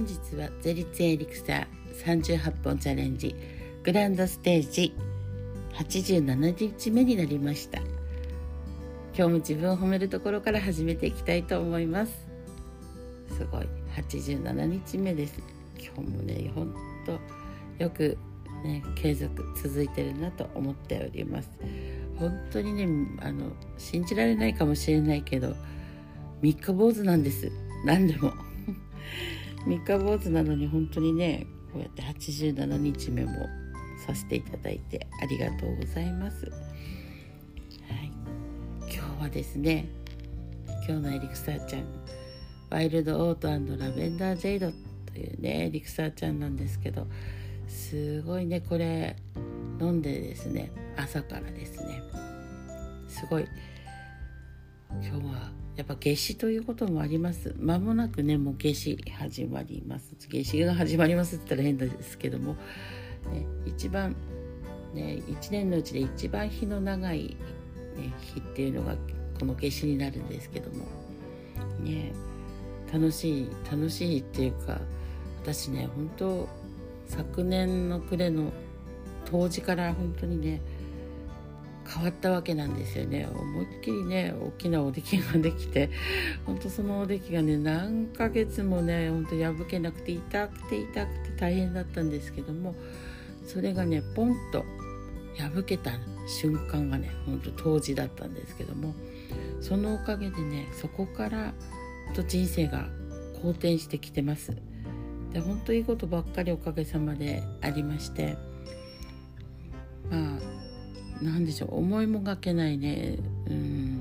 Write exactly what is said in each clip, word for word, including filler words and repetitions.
本日はゼリツエリクサーさんじゅうはっぽんチャレンジグランドステージはちじゅうななにちめになりました。今日も自分を褒めるところから始めていきたいと思います。すごいはちじゅうななにちめです。今日もねほんとよくね継続続いてるなと思っております。本当にねあの信じられないかもしれないけど三日坊主なんです。何でも三日坊主なのに本当にねこうやってはちじゅうななにちめもさせていただいてありがとうございます。はい、今日はですね今日のエリクサーちゃんワイルドオート&ラベンダージェイドというねエリクサーちゃんなんですけど、すごいねこれ飲んでですね朝からですねすごい今日はやっぱ夏至ということもあります。間もなくねもう夏至始まります。夏至が始まりますって言ったら変ですけども、ね、一番ね一年のうちで一番日の長い、ね、日っていうのがこの夏至になるんですけどもね、楽しい楽しいっていうか私ね本当昨年の暮れの冬至から本当にね変わったわけなんですよね。思いっきりね大きなおできができて本当そのおできがね何ヶ月もね本当破けなくて痛くて痛くて大変だったんですけども、それがねポンと破けた瞬間がね本当冬至だったんですけども、そのおかげでねそこからと人生が好転してきてます。で本当いいことばっかりおかげさまでありまして、まあなんでしょう思いもがけないね、うん、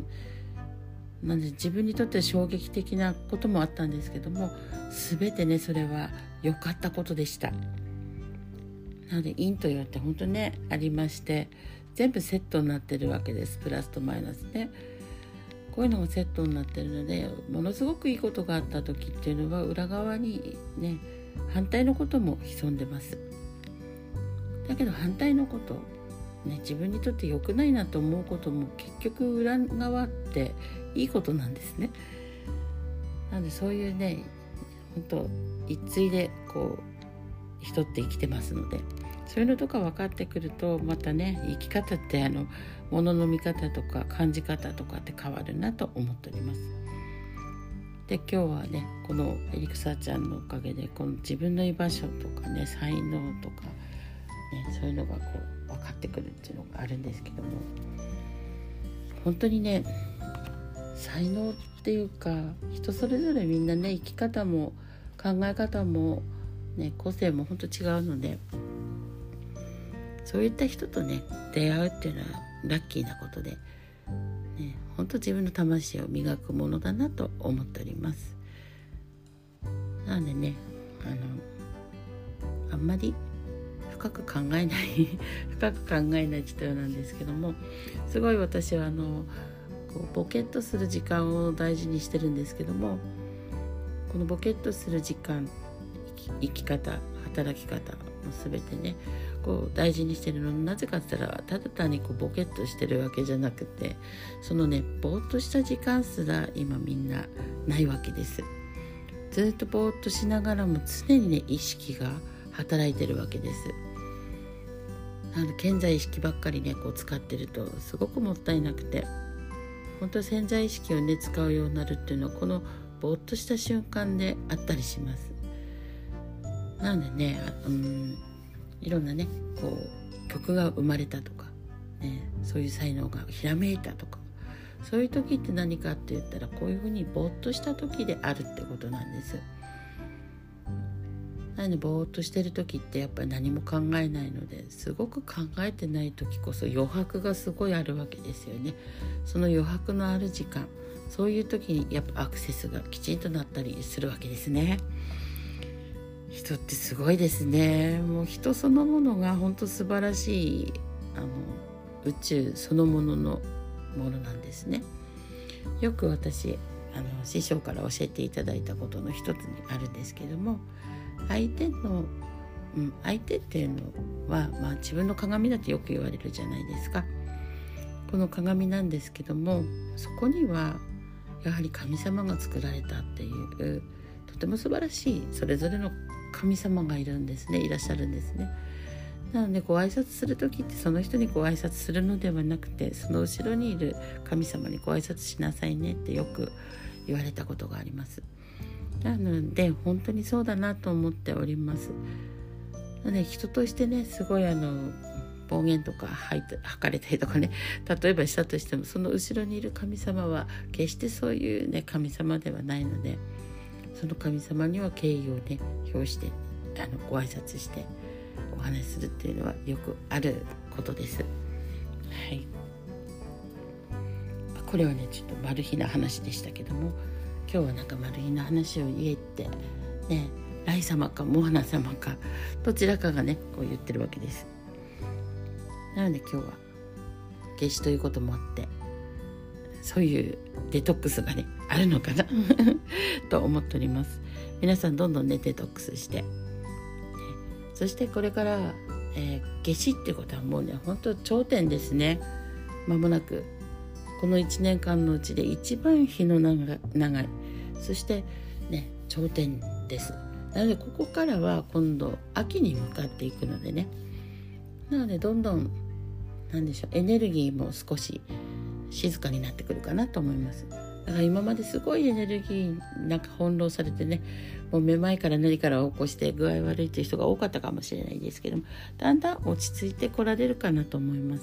なんで自分にとっては衝撃的なこともあったんですけども、全てねそれは良かったことでした。なので陰と陽って本当ねありまして、全部セットになってるわけです。プラスとマイナスねこういうのがセットになってるので、ものすごくいいことがあった時っていうのは裏側にね反対のことも潜んでます。だけど反対のことね、自分にとって良くないなと思うことも結局裏側っていいことなんですね。なのでそういうね本当一対でこう人って生きてますので、そういうのとか分かってくるとまたね生き方ってあの物の見方とか感じ方とかって変わるなと思っております。で今日はねこのエリクサちゃんのおかげでこの自分の居場所とかね才能とか、ね、そういうのがこう分かってくるっていうのがあるんですけども、本当にね才能っていうか人それぞれみんなね生き方も考え方も、ね、個性も本当違うので、そういった人とね出会うっていうのはラッキーなことで、ね、本当自分の魂を磨くものだなと思っております。なのでねあのあんまり深く考えない深く考えないって言ったようなんですけども、すごい私はあのこうボケっとする時間を大事にしてるんですけども、このボケっとする時間生き方働き方も全てねこう大事にしてるのになぜかって言ったらただ単にこうボケっとしてるわけじゃなくて、そのねぼーっとした時間すら今みんなないわけです。ずっとぼーっとしながらも常にね意識が働いてるわけです。あの潜在意識ばっかりねこう使ってるとすごくもったいなくて、本当は潜在意識をね使うようになるっていうのはこのぼーっとした瞬間であったりします。なのでね、うん、いろんなねこう曲が生まれたとか、ね、そういう才能がひらめいたとか、そういう時って何かって言ったらこういうふうにぼーっとした時であるってことなんです。なのでぼーっとしてる時ってやっぱり何も考えないので、すごく考えてない時こそ余白がすごいあるわけですよね。その余白のある時間、そういう時にやっぱアクセスがきちんとなったりするわけですね。人ってすごいですね。もう人そのものが本当素晴らしいあの宇宙そのもののものなんですね。よく私あの師匠から教えていただいたことの一つにあるんですけども、相手の、うん、相手っていうのは、まあ、自分の鏡だってよく言われるじゃないですか。この鏡なんですけども、そこにはやはり神様が作られたっていうとても素晴らしいそれぞれの神様がいるんですね、いらっしゃるんですね。なのでご挨拶する時ってその人にご挨拶するのではなくて、その後ろにいる神様にご挨拶しなさいねってよく言われたことがあります。なので本当にそうだなと思っております。なので人としてね、すごいあの暴言とか吐かれたりとかね、例えばしたとしても、その後ろにいる神様は決してそういうね神様ではないので、その神様には敬意をね表してあのご挨拶してお話しするっていうのはよくあることです。はい。これはねちょっとマル秘な話でしたけども、今日はなんかマル秘な話を言えってね、ライ様かモアナ様かどちらかがねこう言ってるわけです。なので今日は夏至ということもあって、そういうデトックスがねあるのかなと思っております。皆さんどんどんねデトックスして、ね、そしてこれから、えー、夏至っていうことはもうね本当頂点ですね。間もなくこのいちねんかんのうちで一番日の長い、そしてね頂点です。なのでここからは今度秋に向かっていくのでね、なのでどんどんなんでしょう、エネルギーも少し静かになってくるかなと思います。だから今まですごいエネルギーなんか翻弄されてね、もうめまいから何から起こして具合悪いという人が多かったかもしれないですけども、だんだん落ち着いてこられるかなと思います。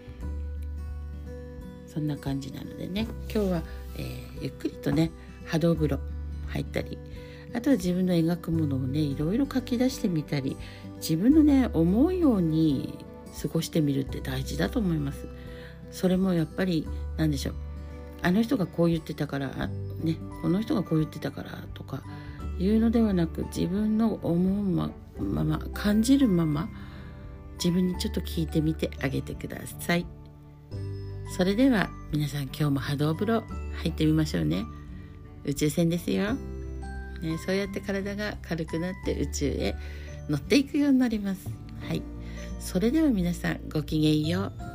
そんな感じなのでね、今日は、えー、ゆっくりとね波動風呂入ったり、あとは自分の描くものをねいろいろ書き出してみたり、自分のね思うように過ごしてみるって大事だと思います。それもやっぱり何でしょう、あの人がこう言ってたからね、この人がこう言ってたからとかいうのではなく、自分の思うまま感じるまま自分にちょっと聞いてみてあげてください。それでは皆さん今日も波動風呂入ってみましょうね。宇宙船ですよ、ね、そうやって体が軽くなって宇宙へ乗っていくようになります。はい、それでは皆さんごきげんよう。